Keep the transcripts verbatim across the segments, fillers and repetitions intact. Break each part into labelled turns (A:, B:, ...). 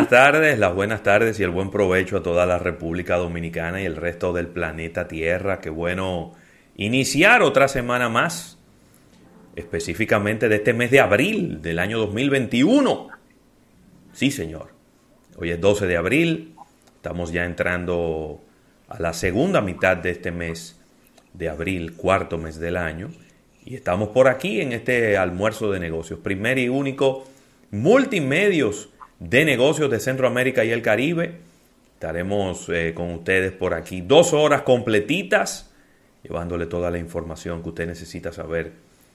A: buenas tardes, las buenas tardes y el buen provecho a toda la República Dominicana y el resto del planeta Tierra. Qué bueno iniciar otra semana más, específicamente de este mes de abril del año dos mil veintiuno. Sí, señor. Hoy es doce de abril, estamos ya entrando a la segunda mitad de este mes de abril, cuarto mes del año, y estamos por aquí en este almuerzo de negocios, primer y único multimedios de negocios de Centroamérica y el Caribe. Estaremos eh, con ustedes por aquí dos horas completitas, llevándole toda la información que usted necesita saber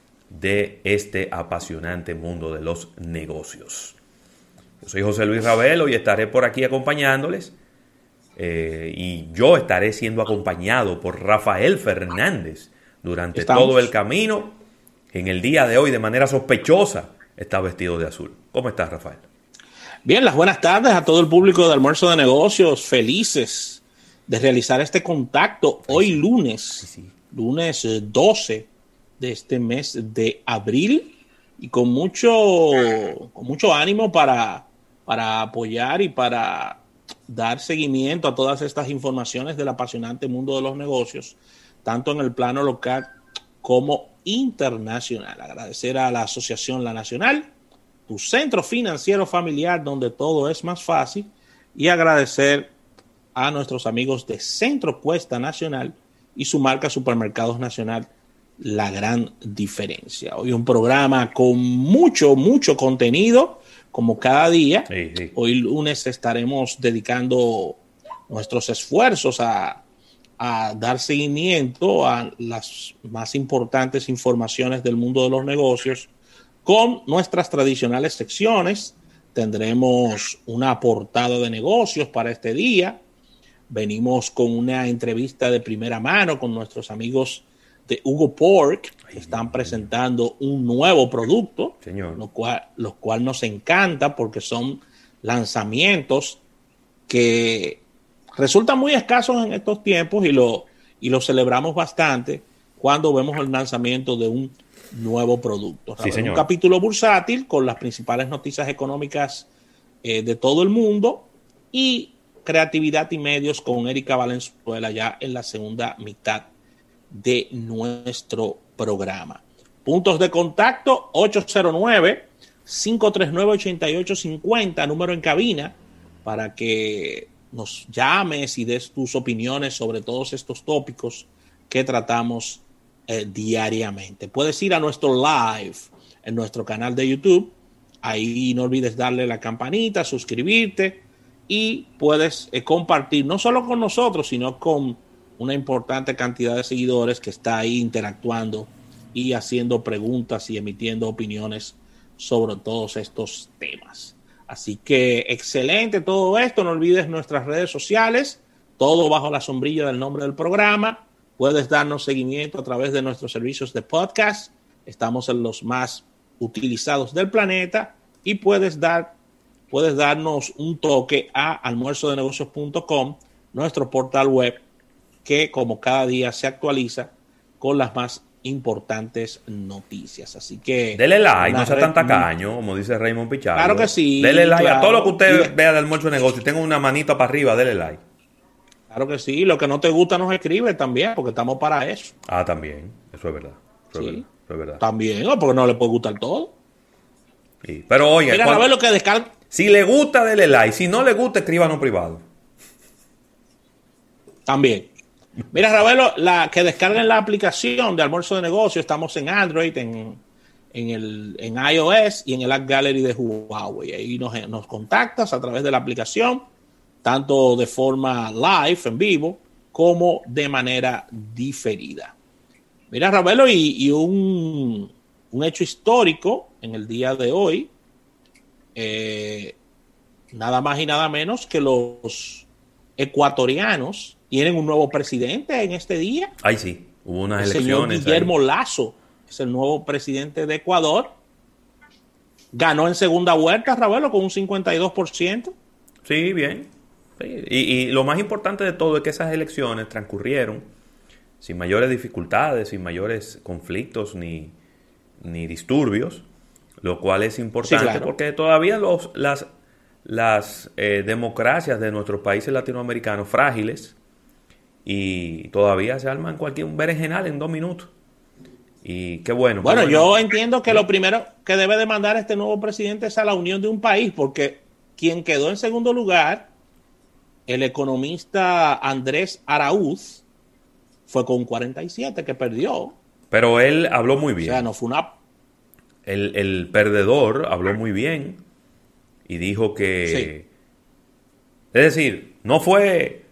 A: de este apasionante mundo de los negocios. Yo soy José Luis Ravelo y estaré por aquí acompañándoles. Eh, y yo estaré siendo acompañado por Rafael Fernández durante Estamos. todo el camino. En el día de hoy, de manera sospechosa, está vestido de azul. ¿Cómo estás, Rafael?
B: Bien, las buenas tardes a todo el público de Almuerzo de Negocios. Felices de realizar este contacto hoy sí. lunes, sí, sí. lunes doce de este mes de abril, y con mucho, con mucho ánimo para, para apoyar y para dar seguimiento a todas estas informaciones del apasionante mundo de los negocios, tanto en el plano local como internacional. Agradecer a la Asociación La Nacional, tu centro financiero familiar donde todo es más fácil, y agradecer a nuestros amigos de Centro Cuesta Nacional y su marca Supermercados Nacional, La Gran Diferencia. Hoy un programa con mucho, mucho contenido, como cada día. Sí, sí. Hoy lunes estaremos dedicando nuestros esfuerzos a, a dar seguimiento a las más importantes informaciones del mundo de los negocios con nuestras tradicionales secciones. Tendremos una portada de negocios para este día. Venimos con una entrevista de primera mano con nuestros amigos de Hugo Pork, que están presentando un nuevo producto, Señor. Lo cual, lo cual nos encanta porque son lanzamientos que resultan muy escasos en estos tiempos, y lo, y lo celebramos bastante cuando vemos el lanzamiento de un nuevo producto. Sí, un capítulo bursátil con las principales noticias económicas eh, de todo el mundo, y creatividad y medios con Erika Valenzuela ya en la segunda mitad de nuestro programa. Puntos de contacto: ocho cero nueve, cinco tres nueve, ocho ocho cinco cero, número en cabina para que nos llames y des tus opiniones sobre todos estos tópicos que tratamos eh, diariamente. Puedes ir a nuestro live en nuestro canal de YouTube. Ahí no olvides darle la campanita, suscribirte, y puedes eh, compartir no solo con nosotros, sino con una importante cantidad de seguidores que está ahí interactuando y haciendo preguntas y emitiendo opiniones sobre todos estos temas. Así que excelente todo esto. No olvides nuestras redes sociales, todo bajo la sombrilla del nombre del programa. Puedes darnos seguimiento a través de nuestros servicios de podcast. Estamos en los más utilizados del planeta, y puedes dar, puedes darnos un toque a almuerzo de negocios punto com, nuestro portal web, que como cada día se actualiza con las más importantes noticias. Así que
A: dele like, no sea tan tacaño, como dice Raymond Pichardo.
B: Claro que sí.
A: Dele like
B: claro.
A: a todo lo que usted vea del Almuerzo de Negocios. Tenga una manita para arriba, dele like.
B: Claro que sí. Lo que no te gusta nos escribe también, porque estamos para eso.
A: Ah, también. Eso es verdad. Eso
B: sí.
A: es verdad. Eso es verdad.
B: También, ¿no? Porque no le puede gustar todo.
A: Sí. Pero oiga,
B: mira, cuando, a ver lo que descarga.
A: Si le gusta, dele like. Si no le gusta, escríbanos privado.
B: También. Mira, Ravelo, la que descarguen la aplicación de Almuerzo de Negocios. Estamos en Android, en, en, el, en iOS y en el App Gallery de Huawei. Ahí nos, nos contactas a través de la aplicación, tanto de forma live, en vivo, como de manera diferida. Mira, Ravelo, y, y un, un hecho histórico en el día de hoy. Eh, nada más y nada menos que los ecuatorianos tienen un nuevo presidente en este día.
A: Ay, sí, hubo unas
B: el
A: elecciones.
B: Señor Guillermo
A: ahí.
B: Lasso es el nuevo presidente de Ecuador. Ganó en segunda vuelta, Ravelo, con un cincuenta y dos por ciento.
A: Sí, bien. Sí. Y, y lo más importante de todo es que esas elecciones transcurrieron sin mayores dificultades, sin mayores conflictos ni, ni disturbios, lo cual es importante, sí, claro, porque todavía los, las, las eh, democracias de nuestros países latinoamericanos frágiles y todavía se arman cualquier un berenjenal en dos minutos. Y qué bueno.
B: Bueno,
A: qué bueno.
B: yo entiendo que lo primero que debe demandar este nuevo presidente es a la unión de un país, porque quien quedó en segundo lugar, el economista Andrés Araúz, fue con cuarenta y siete que perdió.
A: Pero él habló muy bien.
B: O sea, no fue una...
A: El, el perdedor habló muy bien y dijo que... Sí. Es decir, no fue...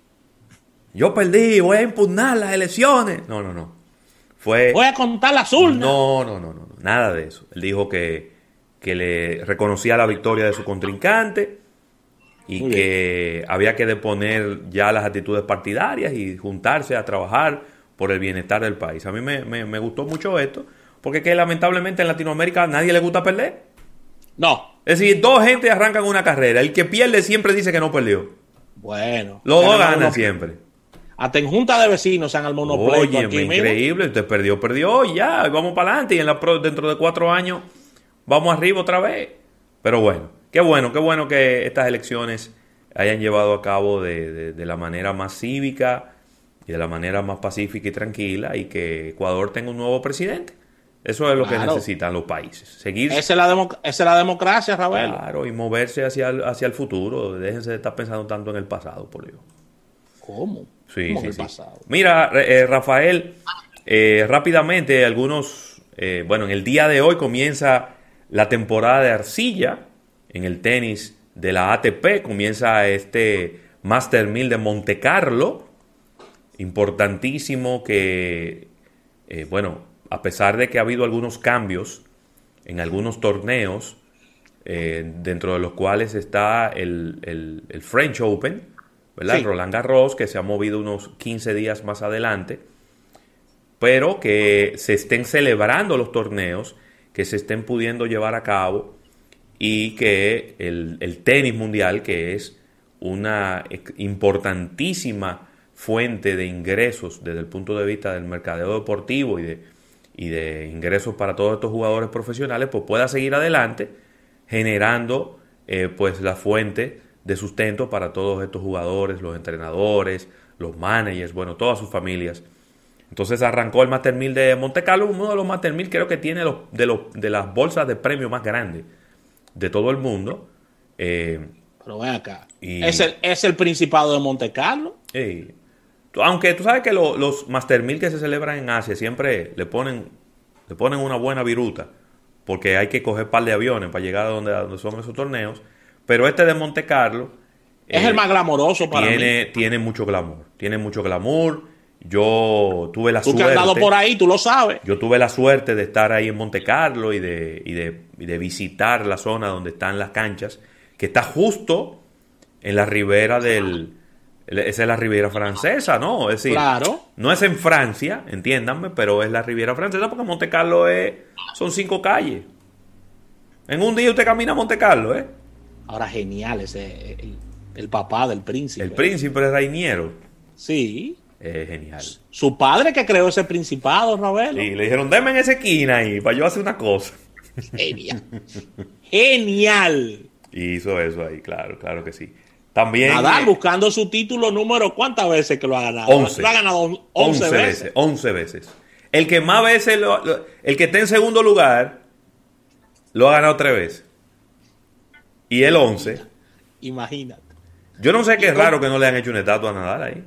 A: Yo perdí, voy a impugnar las elecciones. No, no, no. Fue...
B: Voy a contar las urnas.
A: No, no, no, no. Nada de eso. Él dijo que, que le reconocía la victoria de su contrincante y muy que bien. Había que deponer ya las actitudes partidarias y juntarse a trabajar por el bienestar del país. A mí me, me, me gustó mucho esto, porque que lamentablemente en Latinoamérica a nadie le gusta perder.
B: No.
A: Es decir, dos gente arrancan una carrera. El que pierde siempre dice que no perdió.
B: Bueno.
A: Los dos ganan siempre.
B: Hasta en junta de vecinos se han al monopolio.
A: Oye, increíble. Usted perdió, perdió y ya. Vamos para adelante. Y en la pro, dentro de cuatro años vamos arriba otra vez. Pero bueno, qué bueno, qué bueno que estas elecciones hayan llevado a cabo de, de, de la manera más cívica y de la manera más pacífica y tranquila, y que Ecuador tenga un nuevo presidente. Eso es lo claro. que necesitan los países. Seguir.
B: Esa es la, democ- esa es la democracia, Rafael.
A: Claro, y moverse hacia el, hacia el futuro. Déjense de estar pensando tanto en el pasado, por Dios.
B: ¿Cómo?
A: Sí,
B: ¿Cómo
A: sí,
B: el
A: sí.
B: pasado?
A: Mira, eh, Rafael, eh, rápidamente, algunos, eh, bueno, en el día de hoy comienza la temporada de arcilla en el tenis de la A T P, comienza este Master mil de Monte Carlo, importantísimo que, eh, bueno, a pesar de que ha habido algunos cambios en algunos torneos, eh, dentro de los cuales está el, el, el French Open, ¿verdad? Sí. El Roland Garros, que se ha movido unos quince días más adelante, pero que se estén celebrando los torneos, que se estén pudiendo llevar a cabo, y que el, el tenis mundial, que es una importantísima fuente de ingresos desde el punto de vista del mercadeo deportivo y de, y de ingresos para todos estos jugadores profesionales, pues pueda seguir adelante generando eh, pues la fuente de sustento para todos estos jugadores, los entrenadores, los managers, bueno, todas sus familias. Entonces arrancó el Master mil de Monte Carlo, uno de los Master mil creo que tiene los, de, los, de las bolsas de premio más grandes de todo el mundo. Eh,
B: Pero ven acá, y, ¿Es, el, ¿es el Principado de Monte Carlo?
A: Eh, aunque tú sabes que lo, los Master mil que se celebran en Asia siempre le ponen, le ponen una buena viruta, porque hay que coger un par de aviones para llegar a donde, a donde son esos torneos. Pero este de Monte Carlo
B: es eh, el más glamoroso para
A: tiene,
B: mí.
A: Tiene mucho glamour. Tiene mucho glamour. Yo tuve la
B: tú
A: suerte.
B: Tú que has dado por ahí, tú lo sabes.
A: Yo tuve la suerte de estar ahí en Monte Carlo y de, y de, y de visitar la zona donde están las canchas, que está justo en la ribera del. Esa es la Riviera Francesa, ¿no? Es decir,
B: claro.
A: No es en Francia, entiéndanme, pero es la Riviera Francesa, porque Monte Carlo es, son cinco calles. En un día usted camina a Monte Carlo, ¿eh?
B: Ahora genial ese el, el papá del príncipe.
A: El príncipe es Rainiero.
B: Sí.
A: Es genial.
B: Su padre que creó ese principado, Ravelo.
A: Sí, le dijeron, deme en esa esquina ahí para yo hacer una cosa.
B: Genial. Genial.
A: Y hizo eso ahí, claro, claro que sí. También.
B: Nadal eh, buscando su título número, ¿cuántas veces que lo ha ganado?
A: once.
B: Lo ha ganado once, once veces. veces.
A: once veces. El que más veces, lo, lo, el que está en segundo lugar, lo ha ganado tres veces. Y el once.
B: Imagínate.
A: Yo no sé qué es raro que no le han hecho una estatua a Nadal ahí.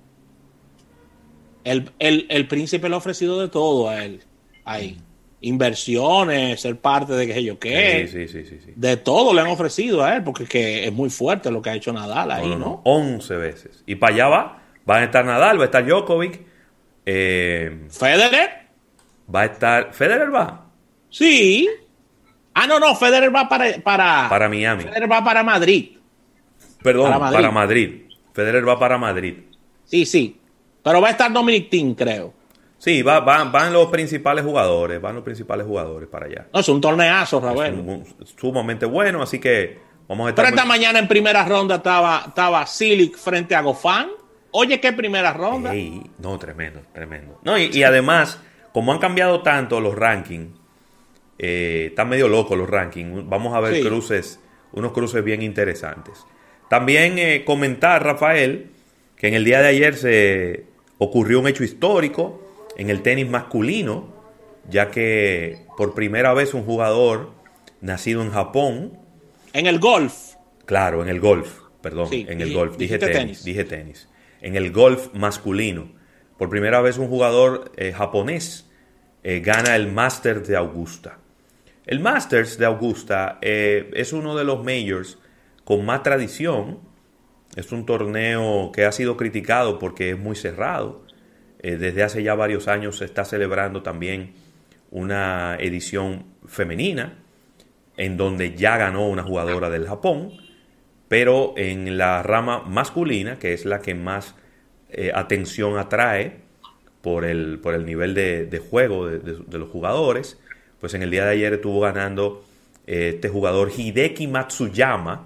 B: El, el, el príncipe le ha ofrecido de todo a él. Ahí. Inversiones, ser parte de qué sé yo qué.
A: Sí, sí, sí, sí, sí.
B: De todo le han ofrecido a él, porque es, que es muy fuerte lo que ha hecho Nadal ahí, ¿no?
A: No, no, no. once veces. Y para allá va. Va a estar Nadal, va a estar Djokovic. Eh,
B: ¿Federer?
A: Va a estar. ¿Federer va?
B: Sí. Ah, no, no, Federer va para... Para,
A: para Miami.
B: Federer va para Madrid.
A: Perdón, para Madrid. para Madrid. Federer va para Madrid.
B: Sí, sí. Pero va a estar Dominic Thiem, creo.
A: Sí, va, va, van los principales jugadores, van los principales jugadores para allá.
B: No, es un torneazo, Raúl.
A: Es un, un, sumamente bueno, así que vamos a estar...
B: Pero esta muy... mañana en primera ronda estaba, estaba Cilic frente a Goffin. Oye, ¿qué primera ronda?
A: Ey, no, tremendo, tremendo. No, y, y además, como han cambiado tanto los rankings, eh, están medio locos los rankings. Vamos a ver sí. cruces unos cruces bien interesantes. También eh, comentar, Rafael, que en el día de ayer se ocurrió un hecho histórico en el tenis masculino, ya que por primera vez un jugador nacido en Japón...
B: En el golf.
A: Claro, en el golf, perdón,
B: Sí,
A: en el
B: dije-
A: golf, dije
B: dijiste
A: tenis,
B: tenis.
A: dije tenis. En el golf masculino, por primera vez un jugador eh, japonés eh, gana el Masters de Augusta. El Masters de Augusta eh, es uno de los majors con más tradición. Es un torneo que ha sido criticado porque es muy cerrado. Eh, desde hace ya varios años se está celebrando también una edición femenina en donde ya ganó una jugadora del Japón, pero en la rama masculina, que es la que más eh, atención atrae por el, por el nivel de, de juego de, de, de los jugadores, pues en el día de ayer estuvo ganando eh, este jugador Hideki Matsuyama,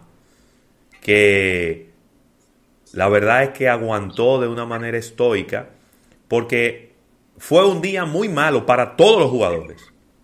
A: que la verdad es que aguantó de una manera estoica, porque fue un día muy malo para todos los jugadores.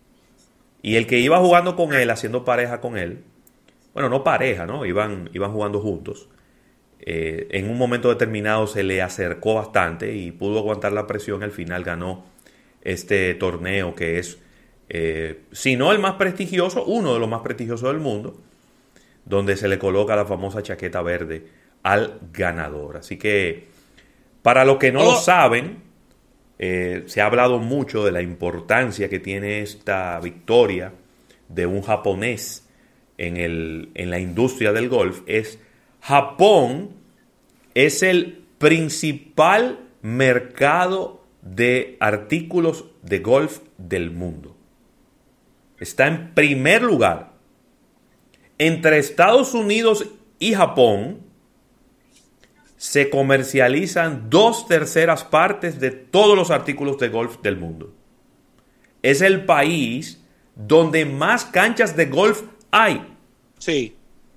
A: Y el que iba jugando con él, haciendo pareja con él, bueno, no pareja, ¿no? Iban, iban jugando juntos. Eh, en un momento determinado se le acercó bastante y pudo aguantar la presión. Al final ganó este torneo que es, eh, si no el más prestigioso, uno de los más prestigiosos del mundo, donde se le coloca la famosa chaqueta verde al ganador. Así que, para los que no lo saben, eh, se ha hablado mucho de la importancia que tiene esta victoria de un japonés en, el, en la industria del golf. Es Japón es el principal mercado de artículos de golf del mundo. Está en primer lugar. Entre Estados Unidos y Japón se comercializan dos terceras partes de todos los artículos de golf del mundo. Es el país donde más canchas de golf hay.
B: Sí.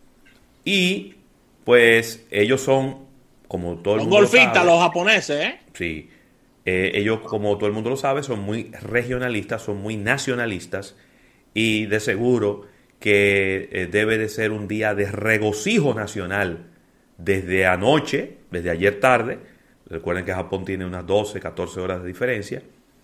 A: Y pues ellos son, como todo el
B: Los
A: mundo lo
B: golfistas,
A: sabe,
B: los japoneses, ¿eh?
A: sí, eh, ellos, como todo el mundo lo sabe, son muy regionalistas, son muy nacionalistas, y de seguro que eh, debe de ser un día de regocijo nacional desde anoche, desde ayer tarde. Recuerden que Japón tiene unas doce, catorce horas de diferencia,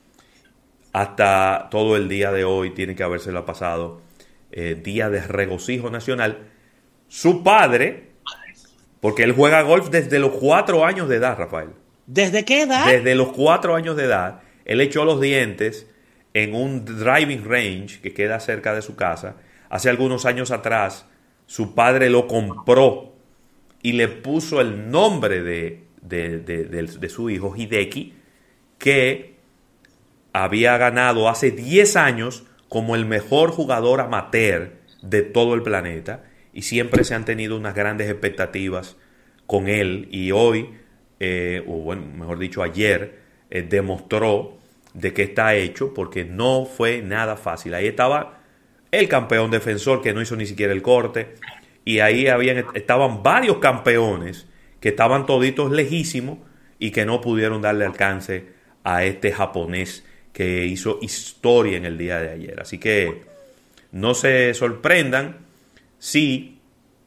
A: hasta todo el día de hoy tiene que habérselo pasado eh, día de regocijo nacional. Su padre, porque él juega golf desde los cuatro años de edad, Rafael.
B: ¿Desde qué edad?
A: Desde los cuatro años de edad, él echó los dientes en un driving range que queda cerca de su casa. Hace algunos años atrás, su padre lo compró y le puso el nombre de, de, de, de, de su hijo, Hideki, que había ganado hace diez años como el mejor jugador amateur de todo el planeta, y siempre se han tenido unas grandes expectativas con él, y hoy, eh, o bueno, mejor dicho ayer, eh, demostró de qué está hecho, porque no fue nada fácil. Ahí estaba el campeón defensor que no hizo ni siquiera el corte, y ahí habían, estaban varios campeones que estaban toditos lejísimos y que no pudieron darle alcance a este japonés que hizo historia en el día de ayer. Así que no se sorprendan si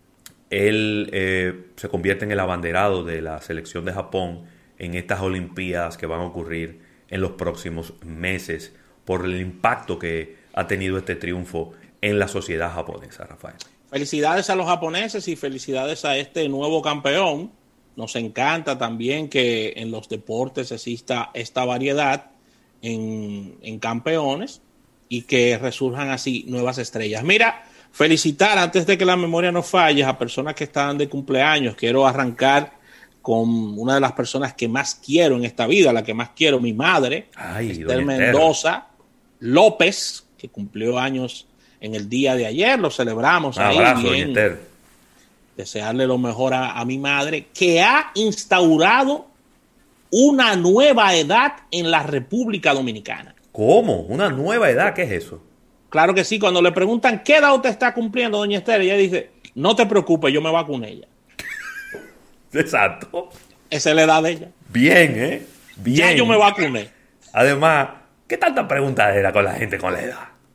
A: él eh, se convierte en el abanderado de la selección de Japón en estas Olimpiadas que van a ocurrir en los próximos meses, por el impacto que ha tenido este triunfo en la sociedad japonesa, Rafael.
B: Felicidades a los japoneses y felicidades a este nuevo campeón. Nos encanta también que en los deportes exista esta variedad en, en campeones y que resurjan así nuevas estrellas. Mira, felicitar, antes de que la memoria nos falle, a personas que están de cumpleaños. Quiero arrancar con una de las personas que más quiero en esta vida, la que más quiero, mi madre,
A: Ay,
B: Esther Mendoza López, que cumplió años en el día de ayer. Lo celebramos.
A: Un
B: ahí
A: abrazo,
B: bien.
A: Esther.
B: Desearle lo mejor a, a mi madre, que ha instaurado una nueva edad en la República Dominicana.
A: ¿Cómo? ¿Una nueva edad? ¿Qué es eso?
B: Claro que sí. Cuando le preguntan qué edad usted está cumpliendo, doña Esther, ella dice, no te preocupes, yo me voy con ella.
A: Exacto.
B: Esa es la edad de ella.
A: Bien, ¿eh? Bien.
B: Ya yo me vacuné.
A: Además, ¿qué tanta preguntadera con la gente con la edad?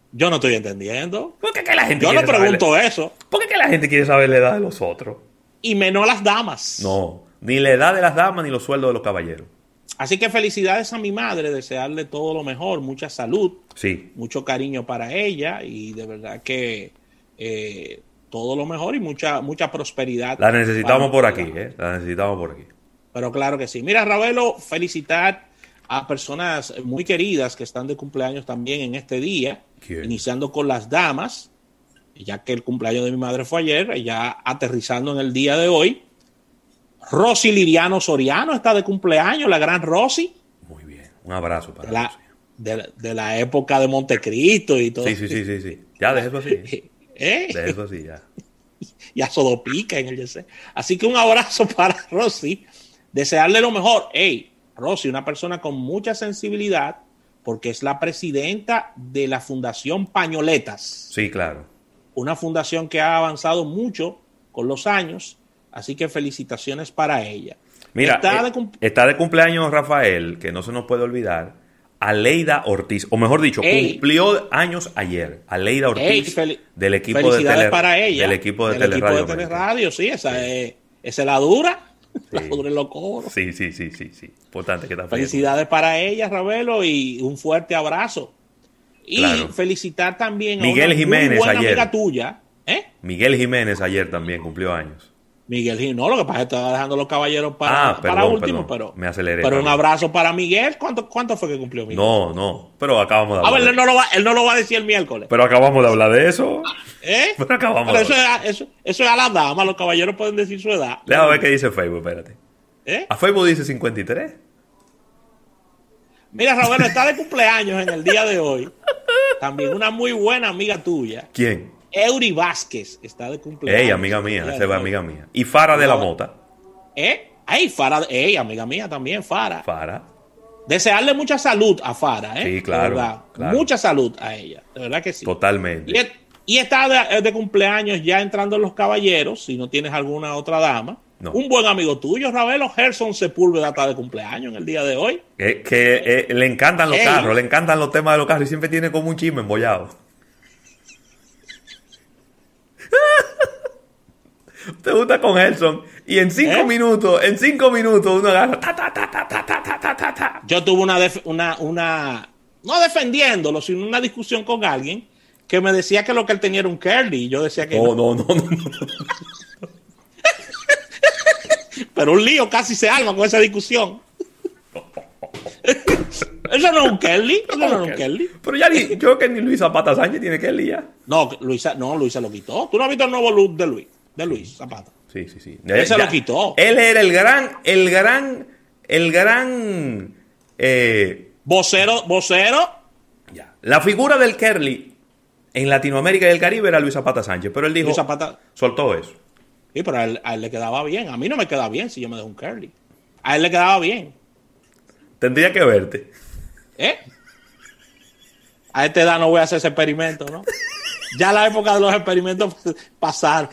B: Yo no estoy entendiendo.
A: ¿Por qué que la gente
B: Yo no
A: quiere
B: pregunto
A: saberle-
B: eso.
A: ¿Por qué que la gente quiere saber la edad de los otros?
B: Y menos las damas.
A: No, ni la edad de las damas ni los sueldos de los caballeros.
B: Así que felicidades a mi madre, desearle todo lo mejor, mucha salud,
A: Sí,
B: mucho cariño para ella y de verdad que eh, todo lo mejor y mucha mucha prosperidad.
A: la necesitamos
B: para
A: por
B: nosotros.
A: aquí, ¿eh? La necesitamos por aquí.
B: Pero claro que sí. Mira, Ravelo, felicitar a personas muy queridas que están de cumpleaños también en este día,
A: ¿Quién?
B: iniciando con las damas, ya que el cumpleaños de mi madre fue ayer, ya aterrizando en el día de hoy. Rosy Liriano Soriano está de cumpleaños, la gran Rosy,
A: Muy bien, un abrazo para
B: de la,
A: Rosy.
B: de, de la época de Montecristo y todo.
A: Sí, sí, sí, sí, sí. Ya, deje eso así.
B: ¿Eh?
A: Deje eso así, ya.
B: Y a Sodopica en el Yesé. Así que un abrazo para Rosy, desearle lo mejor. Hey, Rosy, una persona con mucha sensibilidad, porque es la presidenta de la Fundación Pañoletas,
A: Sí, claro.
B: una fundación que ha avanzado mucho con los años, así que felicitaciones para ella.
A: Mira,
B: Está
A: eh,
B: de cum-
A: está de cumpleaños Rafael, que no se nos puede olvidar, Aleida Ortiz, o mejor dicho,
B: Ey.
A: cumplió años ayer, Aleida Ortiz,
B: Ey, fel-
A: del equipo de
B: felicidades
A: tele,
B: para ella,
A: del equipo de
B: del equipo
A: Teleradio
B: de
A: América.
B: Teleradio, sí, esa es, esa es la dura, la
A: Sí.
B: dura en los coros.
A: Sí, sí, sí, sí, sí. Importante que está
B: Felicidades para ella, Ravelo, y un fuerte abrazo. Y
A: Claro.
B: felicitar también
A: Miguel
B: a una
A: Jiménez
B: muy buena
A: ayer.
B: amiga tuya, ¿eh?
A: Miguel Jiménez ayer también cumplió años.
B: Miguel Jiménez, no, lo que pasa es que estaba dejando los caballeros para,
A: Ah, perdón,
B: para último,
A: perdón.
B: pero,
A: Me aceleré,
B: pero un
A: perdón.
B: abrazo para Miguel. ¿Cuánto, cuánto fue que cumplió Miguel?
A: No, no, pero acabamos de
B: A
A: hablar.
B: ver,
A: de-
B: él no, lo va, él no lo va a decir el miércoles.
A: Pero acabamos de hablar de eso.
B: ¿Eh?
A: Pero acabamos
B: Pero
A: de
B: eso,
A: hablar.
B: es, eso, eso es a las damas, los caballeros pueden decir su edad.
A: Déjame ver qué dice Facebook, espérate.
B: ¿Eh?
A: A Facebook dice cincuenta y tres.
B: Mira, Ravelo, está de cumpleaños en el día de hoy. También una muy buena amiga tuya,
A: ¿Quién?
B: Eury Vázquez, está de cumpleaños.
A: Ey, amiga
B: en el
A: mía,
B: día
A: esa
B: de
A: es
B: hoy.
A: amiga mía. Y Fara de la
B: No.
A: Mota.
B: ¿Eh? Ay, Fara, ey, amiga mía también, Fara.
A: Fara.
B: Desearle mucha salud a Fara, ¿eh?
A: Sí,
B: De
A: claro,
B: verdad.
A: claro.
B: Mucha salud a ella, de verdad que sí.
A: Totalmente.
B: Y, es- y está de, de cumpleaños ya entrando en los caballeros, si no tienes alguna otra dama.
A: No.
B: Un buen amigo tuyo, Ravelo, Gerson Sepúlveda, está de cumpleaños en el día de hoy.
A: Que, que, eh, le encantan los
B: Ey.
A: carros, le encantan los temas de los carros y siempre tiene como un chisme embollado. Te gusta con Gerson y en cinco
B: ¿Eh?
A: minutos, en cinco minutos uno agarra ta, ta, ta, ta, ta, ta, ta, ta, ta, ta.
B: Yo tuve una, def- una, una, no defendiéndolo, sino una discusión con alguien que me decía que lo que él tenía era un curly. Y yo decía que
A: No,
B: no.
A: no, no, no, no.
B: Pero un lío casi se arma con esa discusión. Eso no es un curly. Eso no es un curly.
A: Pero ya ni, yo creo que ni Luis Zapata Sánchez tiene que ya.
B: No, Luisa, no, Luisa lo quitó. ¿Tú no has visto el nuevo look de Luis? De Luis Zapata.
A: Sí, sí, sí.
B: Él se
A: Ya-
B: lo quitó.
A: Él era el gran, el gran, el gran, eh,
B: Vocero, vocero.
A: ya. La figura del Kerly en Latinoamérica y el Caribe era Luis Zapata Sánchez, pero él dijo,
B: Luis Zapata.
A: soltó eso.
B: Sí, pero a él, a él le quedaba bien. A mí no me queda bien si yo me dejo un curly. A él le quedaba bien.
A: Tendría que verte.
B: ¿Eh? A esta edad no voy a hacer ese experimento, ¿no? Ya la época de los experimentos pasaron.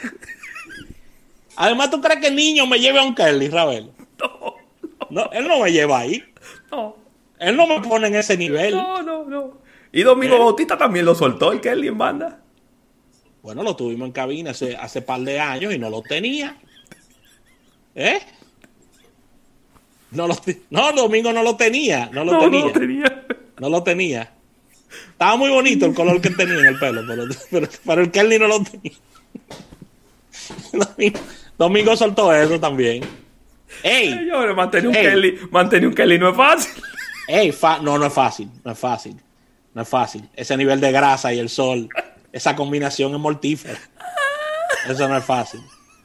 B: Además, ¿tú crees que el niño me lleve a un curly, Ravel?
A: No,
B: No, él no me lleva ahí.
A: no,
B: Él no me pone en ese nivel.
A: no, no, no. Y Domingo
B: ¿Eh?
A: Bautista también lo soltó, el Kerly en banda.
B: Bueno, lo tuvimos en cabina hace, hace par de años y no lo tenía. ¿Eh? No, lo te- no, Domingo no lo tenía. No lo
A: No,
B: tenía.
A: no lo tenía.
B: No lo tenía. Estaba muy bonito el color que él tenía en el pelo, pero, pero, pero el Kelly no lo tenía. Domingo, Domingo soltó eso también. ¡Ey!
A: Señores, mantener un
B: Ey.
A: Kerly, mantener un Kerly no es fácil.
B: ¡Ey! Fa- no, no es fácil. No es fácil. No es fácil. Ese nivel de grasa y el sol, esa combinación es mortífera. Eso no es fácil.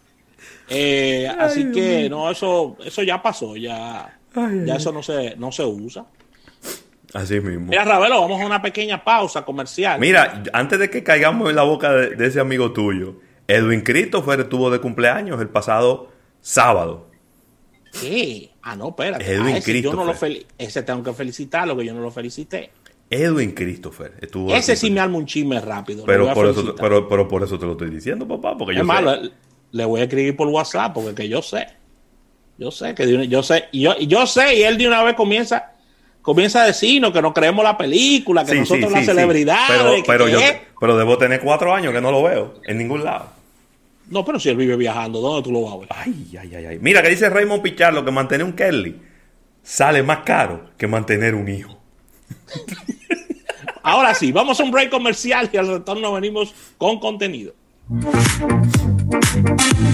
B: Eh, así
A: Dios
B: que,
A: mío.
B: no, eso, eso ya pasó. Ya,
A: Ay,
B: ya
A: ay,
B: eso no se, no se usa.
A: Así mismo.
B: Mira, Ravelo, vamos a una pequeña pausa comercial.
A: Mira, antes de que caigamos en la boca de, de ese amigo tuyo, Edwin Christopher estuvo de cumpleaños el pasado sábado.
B: ¿Qué? Ah, no, espérate.
A: Edwin
B: Ah, ese, yo no lo
A: Christopher.
B: fel- ese tengo que felicitarlo, que yo no lo felicité.
A: Edwin Christopher estuvo. de
B: Ese sí me
A: cumpleaños.
B: arma un chisme rápido. le
A: Pero
B: voy a
A: por, eso,
B: felicitar.
A: pero, pero por eso te lo estoy diciendo, papá. Porque yo
B: Es
A: sé.
B: malo, le, le voy a escribir por WhatsApp porque que yo sé. Yo sé que de una- yo sé, y yo, y yo sé, y él de una vez comienza, comienza a decirnos que no creemos la película, que
A: sí,
B: nosotros
A: sí,
B: las
A: sí,
B: celebridades.
A: Pero,
B: que,
A: pero,
B: que
A: yo,
B: es.
A: pero debo tener cuatro años que no lo veo en ningún lado.
B: No, pero si él vive viajando, ¿dónde tú lo vas a ver?
A: Ay, ay, ay, ay. Mira que dice Raymond Pichardo que mantener un Kelly sale más caro que mantener un hijo.
B: Ahora sí, vamos a un break comercial y al retorno venimos con contenido.